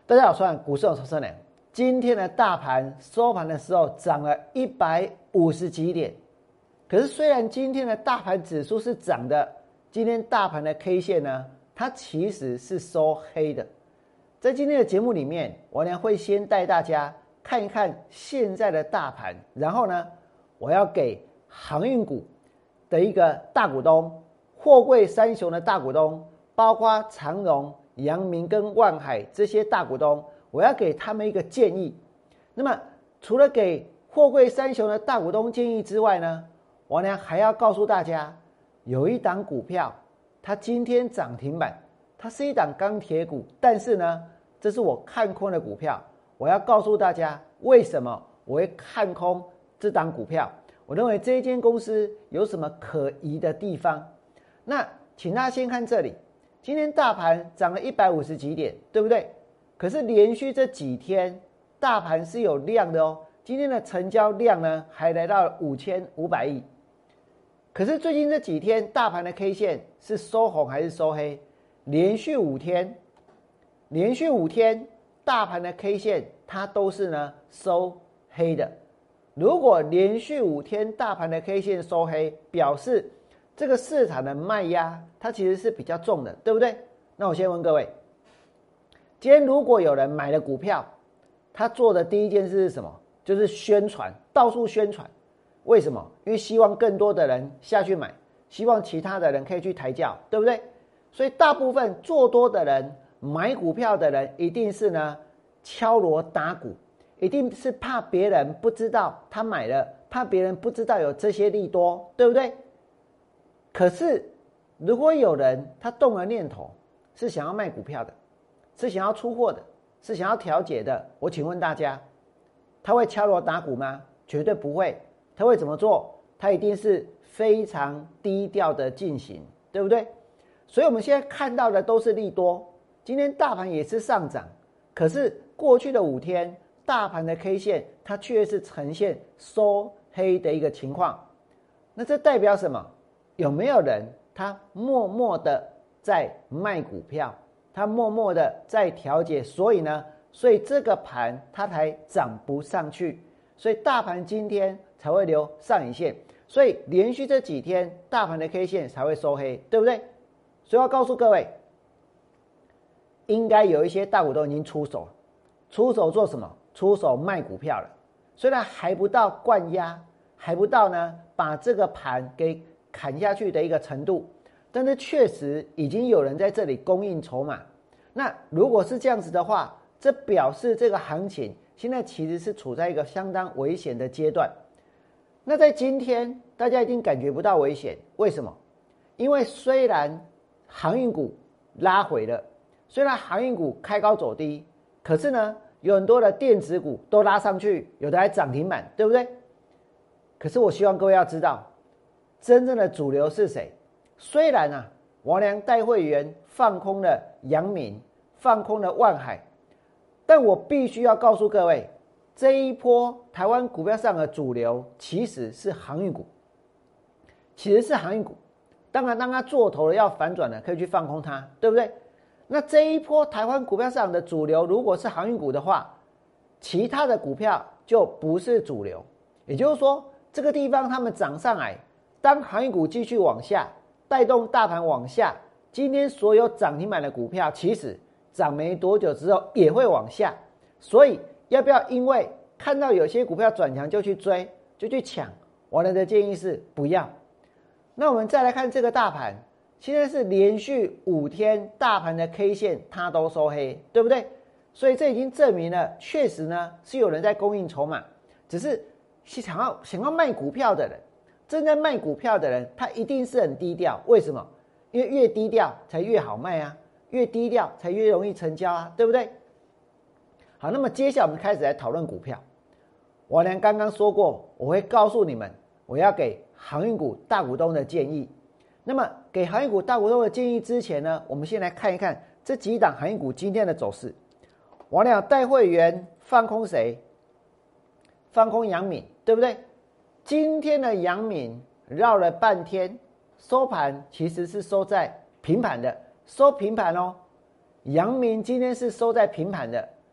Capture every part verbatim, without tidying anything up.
大家好，我是股市有投资人。今天的大盘收盘的时候涨了一百五十几点，可是虽然今天的大盘指数是涨的，今天大盘的 K 线呢，它其实是收黑的。在今天的节目里面，我呢会先带大家看一看现在的大盘，然后呢，我要给航运股的一个大股东，货柜三雄的大股东，包括长荣、阳明跟万海这些大股东，我要给他们一个建议。那么除了给货柜三雄的大股东建议之外呢，我呢还要告诉大家，有一档股票它今天涨停板，它是一档钢铁股，但是呢这是我看空的股票。我要告诉大家为什么我会看空这档股票，我认为这一间公司有什么可疑的地方。那请大家先看这里，今天大盘涨了一百五十几点，对不对？可是连续这几天大盘是有量的哦，今天的成交量呢还来到五千五百亿。可是最近这几天大盘的 K 线是收红还是收黑？连续五天连续五天大盘的 K 线它都是呢收黑的。如果连续五天大盘的 K 线收黑，表示这个市场的卖压它其实是比较重的，对不对？那我先问各位，今天如果有人买了股票，他做的第一件事是什么？就是宣传，到处宣传。为什么？因为希望更多的人下去买，希望其他的人可以去抬轿，对不对？所以大部分做多的人，买股票的人一定是呢敲锣打鼓，一定是怕别人不知道他买了，怕别人不知道有这些利多，对不对？可是如果有人他动了念头，是想要卖股票的，是想要出货的，是想要调节的，我请问大家，他会敲锣打鼓吗？绝对不会。他会怎么做？他一定是非常低调的进行，对不对？所以我们现在看到的都是利多，今天大盘也是上涨，可是过去的五天大盘的 K 线它却是呈现收黑的一个情况。那这代表什么？有没有人他默默的在卖股票，他默默的在调节，所以呢所以这个盘它才涨不上去，所以大盘今天才会留上影线，所以连续这几天大盘的 K 线才会收黑，对不对？所以我要告诉各位，应该有一些大股东已经出手了，出手做什么？出手卖股票了。虽然还不到灌压，还不到呢把这个盘给砍下去的一个程度，但是确实已经有人在这里供应筹码。那如果是这样子的话，这表示这个行情现在其实是处在一个相当危险的阶段。那在今天大家一定感觉不到危险，为什么？因为虽然航运股拉回了，虽然航运股开高走低，可是呢有很多的电子股都拉上去，有的还涨停板，对不对？可是我希望各位要知道，真正的主流是谁？虽然啊王良带会员放空了阳明，放空了万海，但我必须要告诉各位，这一波台湾股票上的主流其实是航运股，其实是航运股。当然当它做头了要反转了，可以去放空它，对不对？那这一波台湾股票上的主流如果是航运股的话，其他的股票就不是主流。也就是说这个地方他们涨上来，当航运股继续往下带动大盘往下，今天所有涨停板的股票其实涨没多久之后也会往下。所以要不要因为看到有些股票转强就去追，就去抢？我的建议是不要。那我们再来看这个大盘，现在是连续五天大盘的 K 线它都收黑，对不对？所以这已经证明了，确实呢是有人在供应筹码，只是想要想要卖股票的人，正在卖股票的人，他一定是很低调。为什么？因为越低调才越好卖啊，越低调才越容易成交啊，对不对？好，那么接下来我们开始来讨论股票。我俩刚刚说过，我会告诉你们，我要给航运股大股东的建议。那么给航运股大股东的建议之前呢，我们先来看一看这几档航运股今天的走势。我俩带会员放空谁？放空阳明，对不对？今天的阳明绕了半天，收盘其实是收在平盘的，收平盘哦。阳明今天是收在平盘的，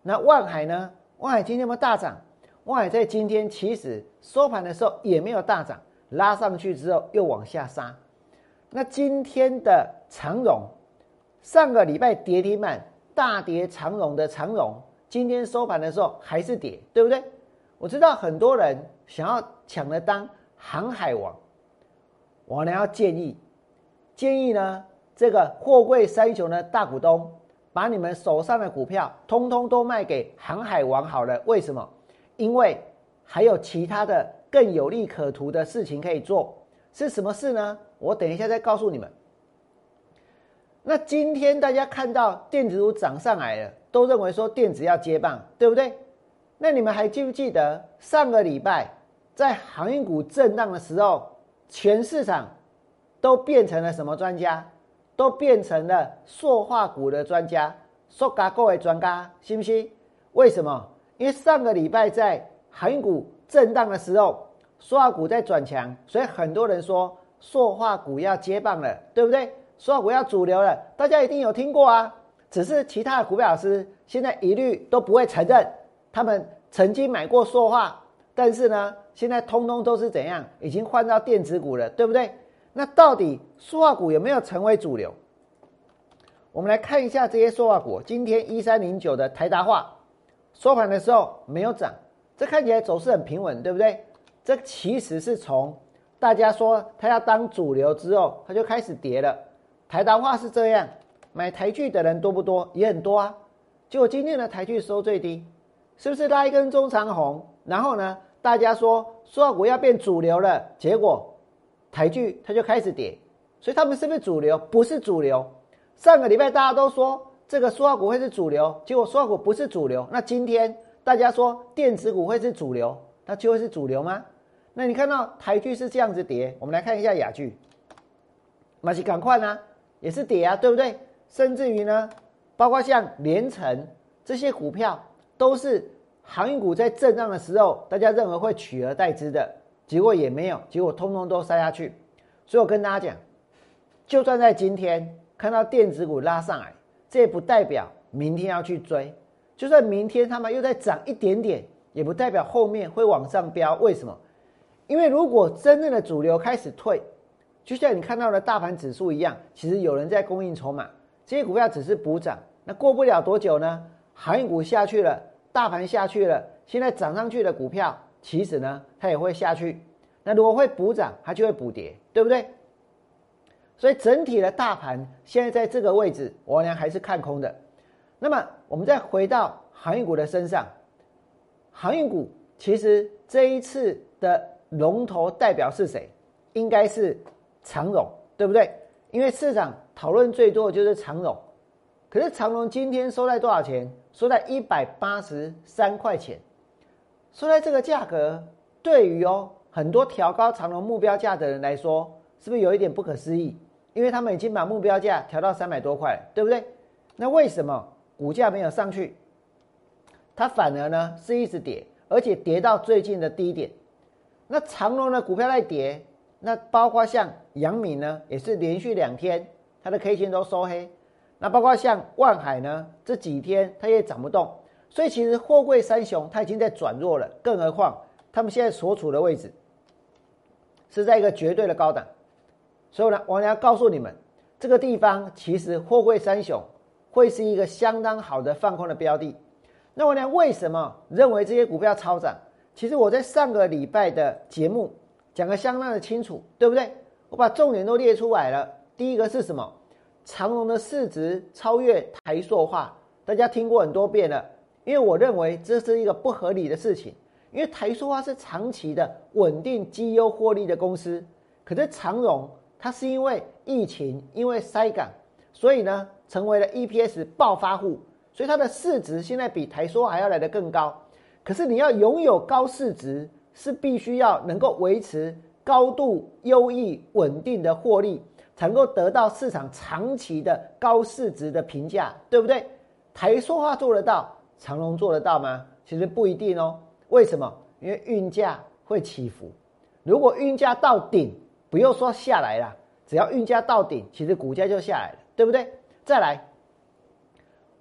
那万海呢？万海今天有没有大涨？万海在今天其实收盘的时候也没有大涨，拉上去之后又往下杀。那今天的长荣，上个礼拜跌停板大跌长荣的长荣，今天收盘的时候还是跌，对不对？我知道很多人想要抢着当航海王，我呢要建议，建议呢这个货柜三雄的大股东，把你们手上的股票通通都卖给航海王好了。为什么？因为还有其他的更有利可图的事情可以做。是什么事呢？我等一下再告诉你们。那今天大家看到电子股涨上来了，都认为说电子要接棒，对不对？那你们还记不记得上个礼拜在航运股震荡的时候，全市场都变成了什么专家？都变成了塑化股的专家，塑化股的专家，信不信？为什么？因为上个礼拜在航运股震荡的时候，塑化股在转强，所以很多人说塑化股要接棒了，对不对？塑化股要主流了，大家一定有听过啊。只是其他的股票老师现在一律都不会承认他们曾经买过塑化，但是呢，现在通通都是怎样，已经换到电子股了，对不对？那到底塑化股有没有成为主流？我们来看一下这些塑化股。今天一三零九的台达化收盘的时候没有涨，这看起来走势很平稳，对不对？这其实是从大家说它要当主流之后，它就开始跌了。台达化是这样，买台聚的人多不多？也很多啊。结果今天的台聚收最低，是不是拉一根中长红？然后呢，大家说塑化股要变主流了，结果台聚它就开始跌，所以他们是不是主流？不是主流。上个礼拜大家都说这个塑化股会是主流，结果塑化股不是主流。那今天大家说电子股会是主流，那就会是主流吗？那你看到台聚是这样子跌，我们来看一下亚聚，马西赶快呢也是跌啊，对不对？甚至于呢，包括像联成这些股票，都是航运股在震荡的时候，大家认为会取而代之的，结果也没有，结果通通都塞下去。所以我跟大家讲，就算在今天看到电子股拉上来，这也不代表明天要去追。就算明天他们又再涨一点点，也不代表后面会往上飙。为什么？因为如果真正的主流开始退，就像你看到的大盘指数一样，其实有人在供应筹码，这些股票只是补涨。那过不了多久呢，航运股下去了，大盘下去了，现在涨上去的股票，其实呢它也会下去。那如果会补涨，它就会补跌，对不对？所以整体的大盘现在在这个位置，我呢还是看空的。那么我们再回到航运股的身上，航运股其实这一次的龙头代表是谁？应该是长荣，对不对？因为市场讨论最多的就是长荣。可是长荣今天收在多少钱？收在一百八十三块钱。收在这个价格，对于哦很多调高长荣目标价的人来说，是不是有一点不可思议？因为他们已经把目标价调到三百多块了，对不对？那为什么股价没有上去？它反而呢是一直跌，而且跌到最近的低点。那长荣的股票在跌，那包括像阳明呢，也是连续两天它的 K 线都收黑。那包括像万海呢，这几天它也涨不动。所以其实货柜三雄它已经在转弱了，更何况他们现在所处的位置是在一个绝对的高档。所以呢，我要告诉你们，这个地方其实货柜三雄会是一个相当好的放空的标的。那我呢，为什么认为这些股票超涨？其实我在上个礼拜的节目讲得相当的清楚，对不对？我把重点都列出来了。第一个是什么？长荣的市值超越台塑化，大家听过很多遍了。因为我认为这是一个不合理的事情，因为台塑化是长期的稳定绩优获利的公司，可是长荣它是因为疫情，因为塞港，所以呢成为了 E P S 暴发户，所以它的市值现在比台塑还要来得更高。可是你要拥有高市值，是必须要能够维持高度优异稳定的获利，才能够得到市场长期的高市值的评价，对不对？台塑化做得到，长荣做得到吗？其实不一定哦。为什么？因为运价会起伏，如果运价到顶，不用说下来啦，只要运价到顶，其实股价就下来了，对不对？再来，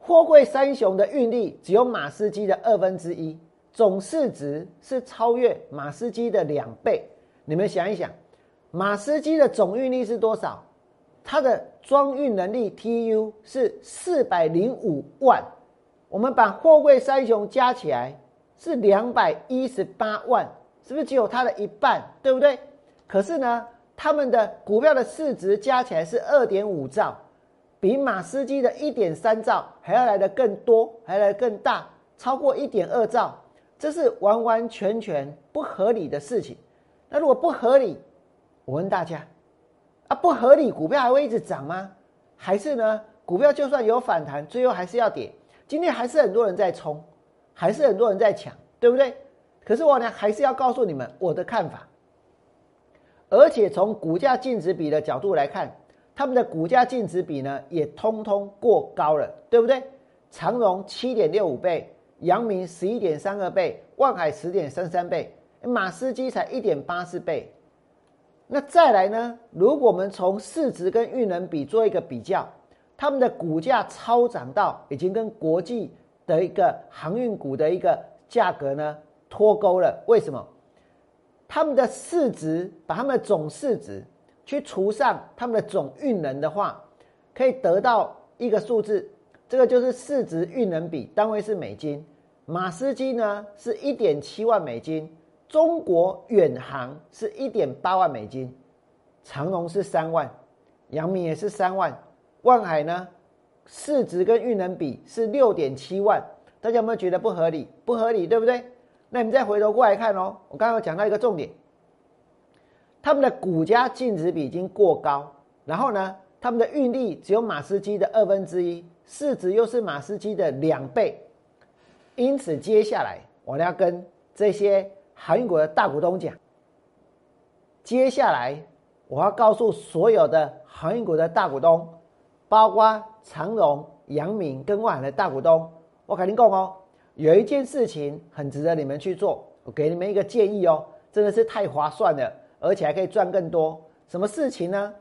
货柜三雄的运力只有马士基的二分之一，总市值是超越马士基的两倍。你们想一想，马士基的总运力是多少？它的装运能力 T U 是四百零五万，我们把货柜三雄加起来是两百一十八万，是不是只有它的一半，对不对？可是呢，他们的股票的市值加起来是 二点五兆，比马士基的 一点三兆还要来得更多，还要来得更大，超过 一点二兆，这是完完全全不合理的事情。那如果不合理，我问大家啊，不合理股票还会一直涨吗？还是呢，股票就算有反弹，最后还是要跌？今天还是很多人在冲，还是很多人在抢，对不对？可是我呢，还是要告诉你们我的看法。而且从股价净值比的角度来看，他们的股价净值比呢也通通过高了，对不对？长荣 七点六五 倍，阳明 十一点三二 倍，万海 十点三三 倍，马士基才 一点八四 倍。那再来呢，如果我们从市值跟运能比做一个比较，他们的股价超涨到已经跟国际的一个航运股的一个价格呢脱钩了。为什么？他们的市值，把他们的总市值去除上他们的总运能的话，可以得到一个数字，这个就是市值运能比，单位是美金。马士基呢是 一点七万美金，中国远航是 一点八万美金，长荣是三万，阳明也是三万，万海呢市值跟运能比是 六点七万，大家有没有觉得不合理？不合理，对不对？那你们再回头过来看哦，我刚刚有讲到一个重点，他们的股价净值比已经过高，然后呢，他们的运力只有马士基的二分之一，市值又是马士基的两倍，因此接下来我要跟这些航运股的大股东讲，接下来我要告诉所有的航运股的大股东，包括长荣、阳明跟万海的大股东，我跟你讲哦，有一件事情很值得你们去做，我给你们一个建议哦，真的是太划算了，而且还可以赚更多。什么事情呢？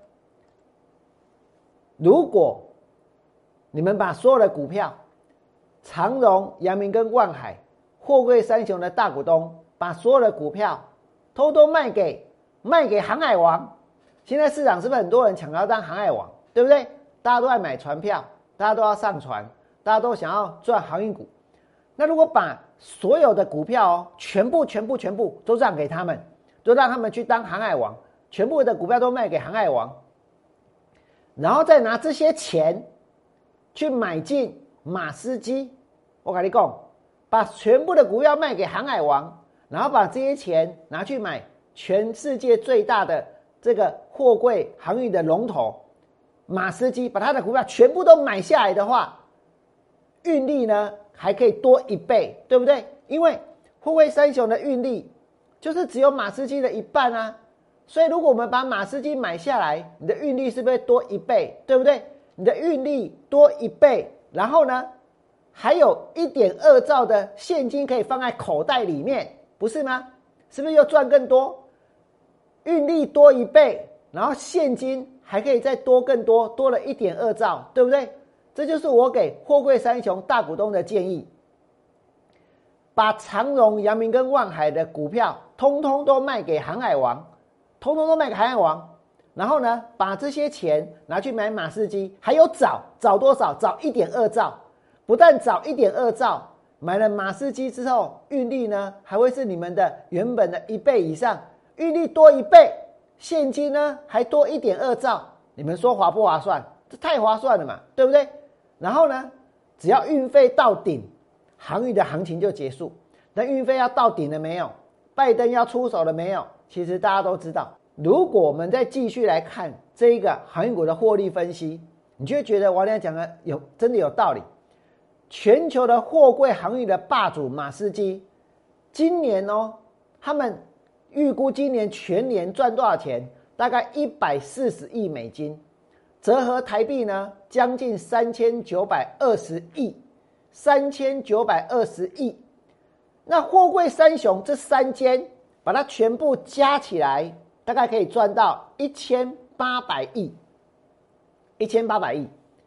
如果你们把所有的股票，长荣、阳明跟万海货柜三雄的大股东，把所有的股票偷偷卖给卖给航海王，现在市场是不是很多人抢要当航海王，对不对？大家都在买船票，大家都要上船，大家都想要赚航运股。那如果把所有的股票哦，全部全部全部都让给他们，就让他们去当航海王，全部的股票都卖给航海王，然后再拿这些钱去买进马士基，我跟你讲，把全部的股票卖给航海王，然后把这些钱拿去买全世界最大的这个货柜航运的龙头马士基，把他的股票全部都买下来的话，运力呢还可以多一倍，对不对？因为货柜三雄的运力就是只有马士基的一半啊，所以如果我们把马士基买下来，你的运力是不是多一倍，对不对？你的运力多一倍，然后呢还有 一点二兆的现金可以放在口袋里面，不是吗？是不是又赚更多？运力多一倍，然后现金还可以再多更多，多了 一点二兆，对不对？这就是我给货柜三雄大股东的建议，把长荣、阳明跟万海的股票通通都卖给航海王，通通都卖给航海王，然后呢把这些钱拿去买马士基，还有找找多少？找 一点二兆，不但找 一点二兆，买了马士基之后，运力呢还会是你们的原本的一倍以上，运力多一倍，现金呢还多 一点二兆，你们说划不划算？这太划算了嘛，对不对？然后呢，只要运费到顶，航运的行情就结束。那运费要到顶了没有？拜登要出手了没有？其实大家都知道。如果我们再继续来看这一个航运股的获利分析，你就会觉得我刚才讲的有真的有道理。全球的货柜航运的霸主马士基，今年哦，他们预估今年全年赚多少钱？大概一百四十亿美金。折合台币呢，将近三千九百二十亿，三千九百二十亿。那货柜三雄这三间，把它全部加起来，大概可以赚到一千八百亿，一千八百亿。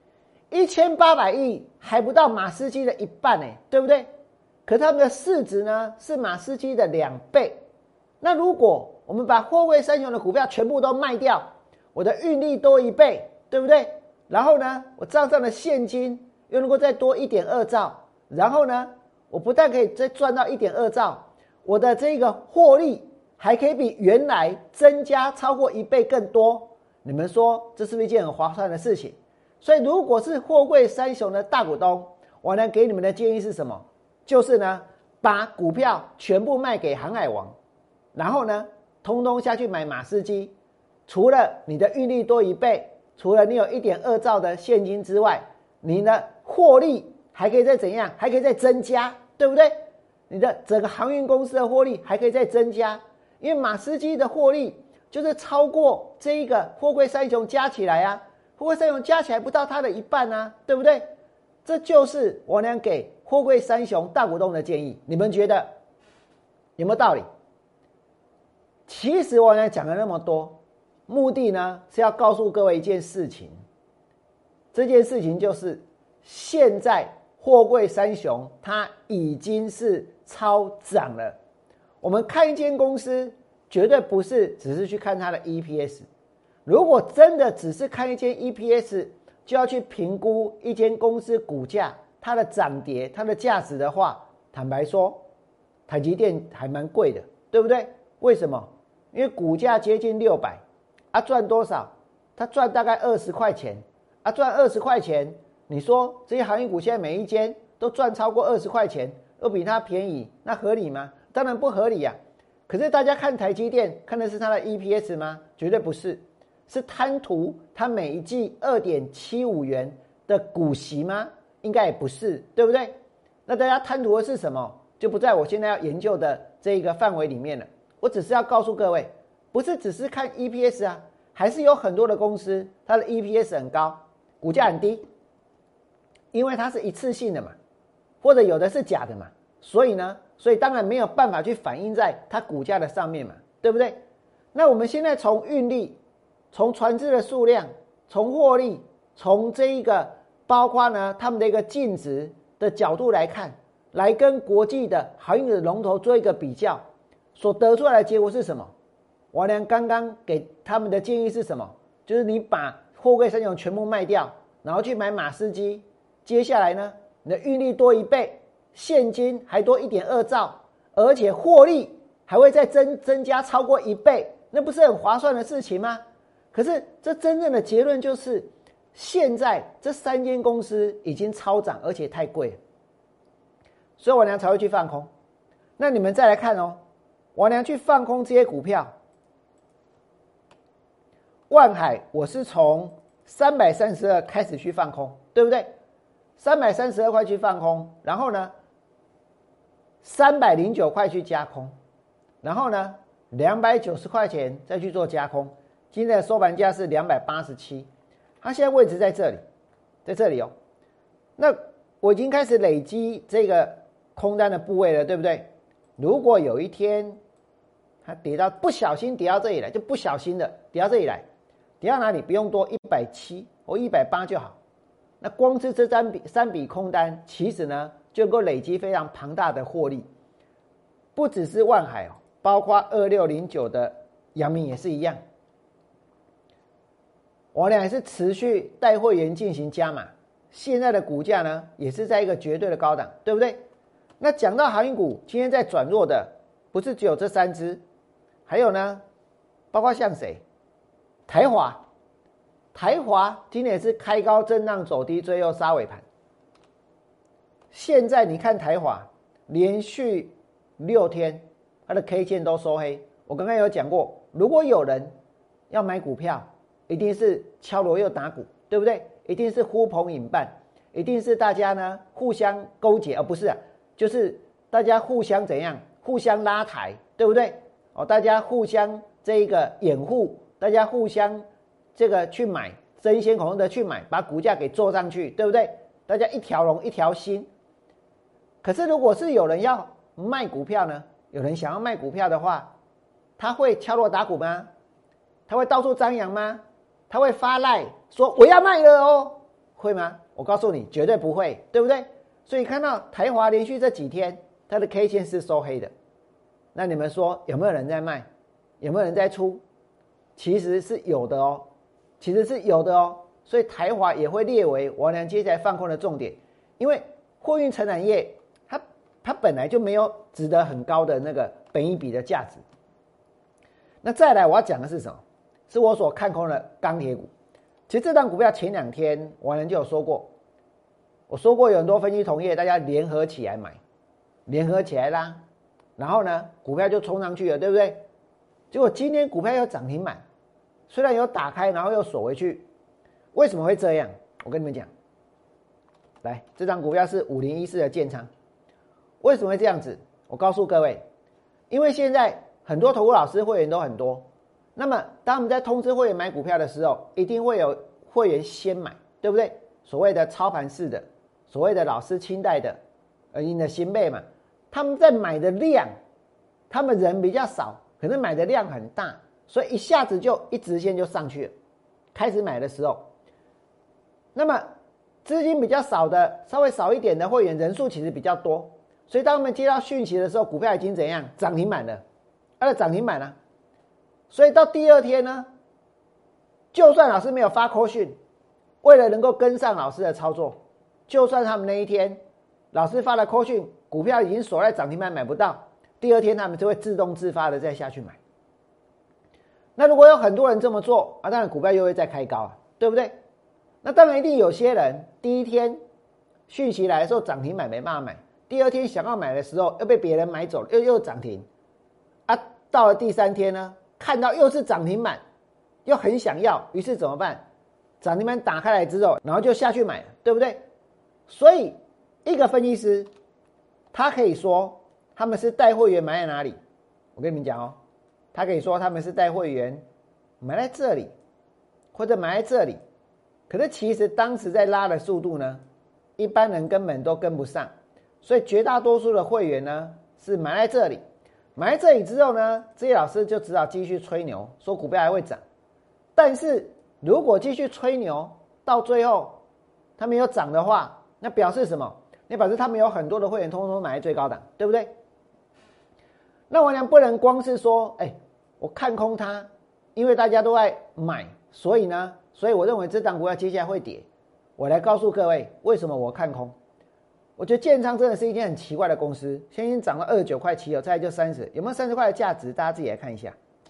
一千八百亿还不到马士基的一半呢，对不对？可他们的市值呢是马士基的两倍。那如果我们把货柜三雄的股票全部都卖掉，我的运利多一倍，对不对？然后呢，我账上的现金又能够再多 一点二兆，然后呢，我不但可以再赚到 一点二兆，我的这个获利还可以比原来增加超过一倍更多。你们说这是不是一件很划算的事情？所以如果是货柜三雄的大股东，我能给你们的建议是什么？就是呢，把股票全部卖给航海王，然后呢，通通下去买马士基。除了你的运利多一倍，除了你有 一点二兆的现金之外，你的获利还可以再怎样？还可以再增加，对不对？你的整个航运公司的获利还可以再增加，因为马士基的获利就是超过这一个货柜三雄加起来啊，货柜三雄加起来不到它的一半啊，对不对？这就是我俩给货柜三雄大股东的建议，你们觉得有没有道理？其实我俩讲了那么多，目的呢是要告诉各位一件事情，这件事情就是现在货柜三雄它已经是超涨了。我们看一间公司绝对不是只是去看它的 E P S， 如果真的只是看一间 E P S 就要去评估一间公司股价它的涨跌它的价值的话，坦白说台积电还蛮贵的，对不对？为什么？因为股价接近六百啊，赚多少？它赚大概二十块钱啊，赚二十块钱，你说这些航运股现在每一间都赚超过二十块钱，又比它便宜，那合理吗？当然不合理啊。可是大家看台积电看的是它的 E P S 吗？绝对不是，是贪图它每一季 二点七五元的股息吗？应该也不是，对不对？那大家贪图的是什么？就不在我现在要研究的这个范围里面了。我只是要告诉各位，不是只是看 E P S 啊，还是有很多的公司它的 E P S 很高，股价很低，因为它是一次性的嘛，或者有的是假的嘛，所以呢，所以当然没有办法去反映在它股价的上面嘛，对不对？那我们现在从运力、从船只的数量、从获利、从这一个包括呢他们的一个净值的角度来看，来跟国际的航运的龙头做一个比较，所得出来的结果是什么？王良刚刚给他们的建议是什么？就是你把货柜三雄全部卖掉，然后去买马士基，接下来呢，你的运力多一倍，现金还多 一点二兆，而且获利还会再增增加超过一倍，那不是很划算的事情吗？可是这真正的结论就是，现在这三间公司已经超涨，而且太贵了，所以王良才会去放空。那你们再来看哦，王良去放空这些股票，万海我是从三百三十二开始去放空，对不对？三百三十二块去放空，然后呢三百零九块去加空，然后呢两百九十块钱再去做加空，今天的收盘价是两百八十七，它现在位置在这里，在这里哦。那我已经开始累积这个空单的部位了，对不对？如果有一天它跌到不小心跌到这里来，就不小心的跌到这里来，跌到哪里不用多一百七十或一百八十就好。那光是这三笔三笔空单，其实呢就能够累积非常庞大的获利，不只是万海哦，包括二六零九的阳明也是一样。我俩也是持续带会员进行加码，现在的股价呢也是在一个绝对的高档，对不对？那讲到航运股，今天在转弱的不是只有这三只，还有呢，包括像谁？台华。台华今天也是开高震荡走低，最后杀尾盘。现在你看台华连续六天它的 K 线都收黑。我刚刚有讲过，如果有人要买股票，一定是敲锣又打鼓，对不对？一定是呼朋引伴，一定是大家呢互相勾结，而、哦、不是、啊，就是大家互相怎样，互相拉抬，对不对？哦，大家互相这一个掩护，大家互相。这个去买，争先恐后的去买，把股价给做上去，对不对？大家一条龙一条心。可是如果是有人要卖股票呢？有人想要卖股票的话，他会敲锣打鼓吗？他会到处张扬吗？他会发赖说我要卖了哦，会吗？ 我告诉你，绝对不会，对不对？所以看到台华连续这几天，它的 K 线是收黑的。那你们说有没有人在卖？有没有人在出？其实是有的哦，其实是有的哦。所以台华也会列为我俩接下来放空的重点，因为货运承揽业它它本来就没有值得很高的那个本益比的价值。那再来我要讲的是什么？是我所看空的钢铁股。其实这档股票前两天王良就有说过，我说过有很多分析同业大家联合起来买，联合起来拉，然后呢股票就冲上去了，对不对？结果今天股票又涨停板，虽然有打开然后又锁回去，为什么会这样？我跟你们讲，来，这张股票是五零一四的建昌，为什么会这样子？我告诉各位，因为现在很多投顾老师会员都很多，那么当我们在通知会员买股票的时候，一定会有会员先买，对不对？所谓的操盘式的，所谓的老师清代的，呃，你的新辈嘛，他们在买的量，他们人比较少，可是买的量很大，所以一下子就一直线就上去了。开始买的时候，那么资金比较少的，稍微少一点的会员人数其实比较多，所以当我们接到讯息的时候，股票已经怎样涨停板了，它的涨停板了。所以到第二天呢，就算老师没有发扣讯，为了能够跟上老师的操作，就算他们那一天老师发了扣讯，股票已经锁在涨停板买不到，第二天他们就会自动自发的再下去买。那如果有很多人这么做啊，当然股票又会再开高啊，对不对？那当然一定有些人第一天讯息来的时候涨停板没办法买，第二天想要买的时候又被别人买走了，又又涨停啊，到了第三天呢，看到又是涨停板，又很想要，于是怎么办？涨停板打开来之后，然后就下去买了，对不对？所以一个分析师他可以说他们是带会员买在哪里，我跟你们讲哦，他可以说他们是带会员买在这里，或者买在这里，可是其实当时在拉的速度呢，一般人根本都跟不上，所以绝大多数的会员呢是买在这里，买在这里之后呢，这些老师就只好继续吹牛，说股票还会涨。但是如果继续吹牛，到最后它没有涨的话，那表示什么？那表示他们有很多的会员通通买在最高档，对不对？那我俩不能光是说，哎，我看空它，因为大家都在买，所以呢，所以我认为这档股票接下来会跌。我来告诉各位，为什么我看空？我觉得建昌真的是一间很奇怪的公司，现在涨到二十九块七了，再来就三十，有没有三十块的价值？大家自己来看一下。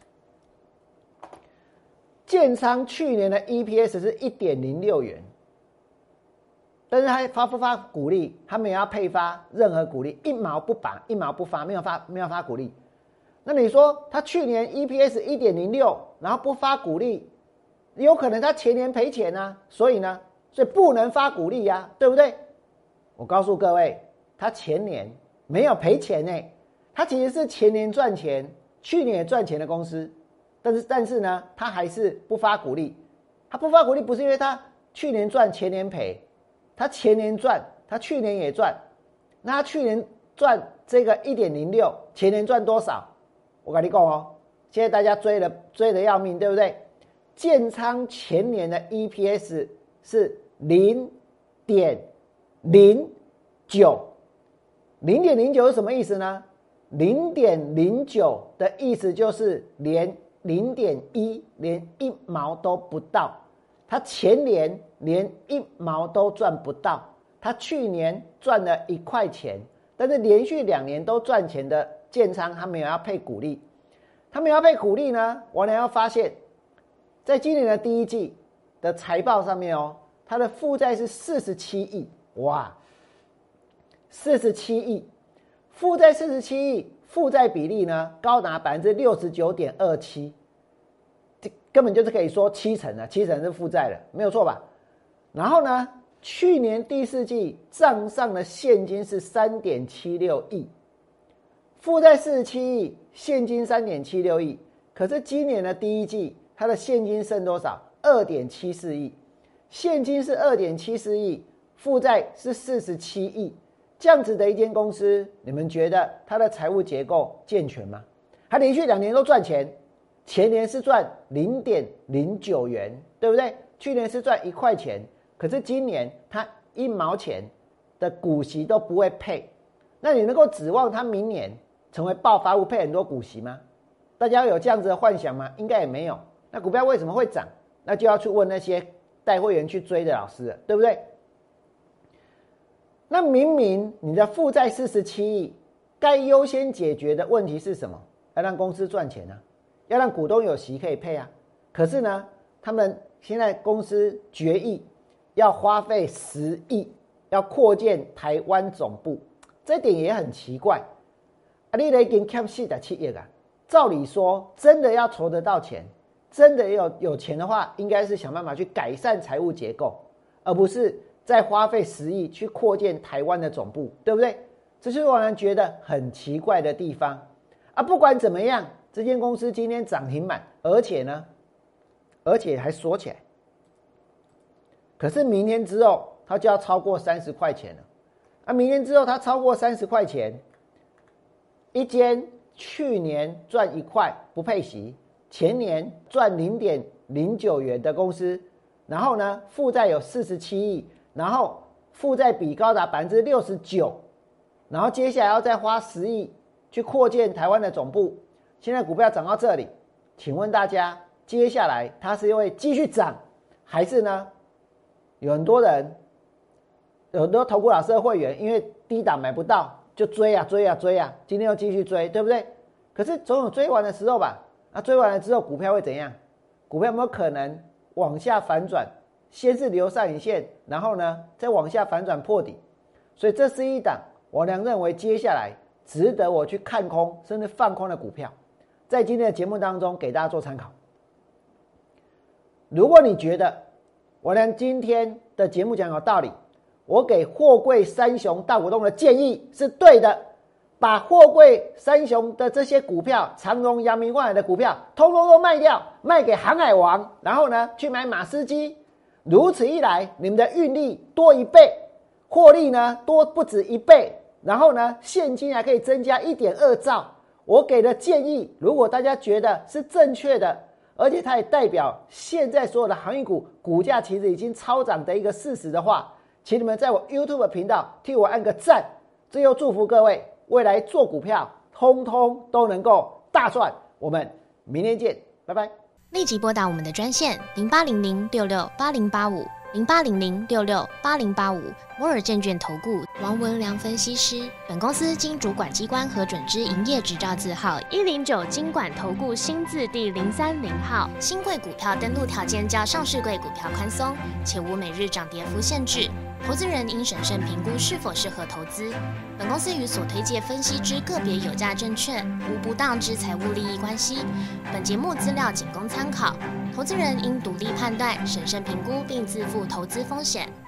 建昌去年的 E P S 是 一点零六元，但是他发不发股利？他没有要配发任何股利，一毛不拔，一毛不发，没有发没有发股利。那你说他去年 E P S 一点零六，然后不发股利，有可能他前年赔钱啊，所以呢，所以不能发股利啊，对不对？我告诉各位，他前年没有赔钱呢，他其实是前年赚钱，去年也赚钱的公司，但是但是呢，他还是不发股利。他不发股利不是因为他去年赚前年赔，他前年赚，他去年也赚，那他去年赚这个 一点零六， 前年赚多少？我跟你讲哦，现在大家追的追的要命，对不对？建昌前年的 E P S 是 零点零九， 零点零九是什么意思呢？ 零点零九 的意思就是连 零点一 连一毛都不到，他前年连一毛都赚不到，他去年赚了一块钱，但是连续两年都赚钱的建昌，他没有要配股利，他没有要配股利呢，我呢要发现，在今年的第一季的财报上面哦，它的负债是四十七亿，哇，四十七亿，负债四十七亿，负债比例呢高达 百分之六十九点二七， 这根本就是可以说七成了，七成是负债了，没有错吧？然后呢，去年第四季账上的现金是 三点七六亿，负债四十七亿，现金 三点七六亿，可是今年的第一季它的现金剩多少？ 二点七四亿，现金是 二点七四亿，负债是四十七亿，这样子的一间公司，你们觉得它的财务结构健全吗？它连续两年都赚钱，前年是赚 零点零九元，对不对？去年是赚一块钱， 可是今年它一毛钱的股息都不会配，那你能够指望它明年成为暴发户配很多股息吗？大家有这样子的幻想吗？应该也没有。那股票为什么会涨？那就要去问那些带会员去追的老师了，对不对？那明明你的负债四十七亿，该优先解决的问题是什么？要让公司赚钱啊，要让股东有息可以配啊。可是呢，他们现在公司决议要花费十亿，要扩建台湾总部，这点也很奇怪。啊，你已经欠四十七亿啊，照理说真的要筹得到钱，真的有有钱的话，应该是想办法去改善财务结构，而不是再花费十亿去扩建台湾的总部，对不对？这是让人觉得很奇怪的地方啊！不管怎么样，这间公司今天涨停板，而且呢，而且还锁起来。可是明天之后，它就要超过三十块钱了。啊，明天之后它超过三十块钱，一间去年赚一块不配息，前年赚零点零九元的公司，然后呢，负债有四十七亿，然后负债比高达百分之六十九。然后接下来要再花十亿去扩建台湾的总部，现在股票涨到这里，请问大家，接下来它是会继续涨，还是呢？有很多人，有很多投顾老师的会员，因为低档买不到，就追啊追啊追啊，今天又继续追，对不对？可是总有追完的时候吧？那追完了之后，股票会怎样？股票有没有可能往下反转？先是留上影线，然后呢，再往下反转破底？所以这是一档我良认为接下来值得我去看空甚至放空的股票，在今天的节目当中给大家做参考。如果你觉得我良今天的节目讲有道理，我给货柜三雄大股东的建议是对的，把货柜三雄的这些股票，长荣、阳明、万海的股票通通都卖掉，卖给航海王，然后呢去买马士基，如此一来你们的运利多一倍，获利呢多不止一倍，然后呢现金还可以增加 一点二兆。我给的建议如果大家觉得是正确的，而且它也代表现在所有的航运股股价其实已经超涨的一个事实的话，请你们在我 YouTube 频道替我按个赞。最后祝福各位未来做股票通通都能够大赚。我们明天见，拜拜。 立即拨打我们的专线零八零零六六八零八五零八零零六六八零八五摩尔证券投顾王文良分析师。本公司经主管机关核准之营业执照字号一零九金管投顾新字第零三零号。新贵股票登录条件较上市贵股票宽松，且无每日涨跌幅限制。投资人应审慎评估是否适合投资。本公司与所推介分析之个别有价证券无不当之财务利益关系。本节目资料仅供参考，投资人应独立判断、审慎评估并自负投资风险。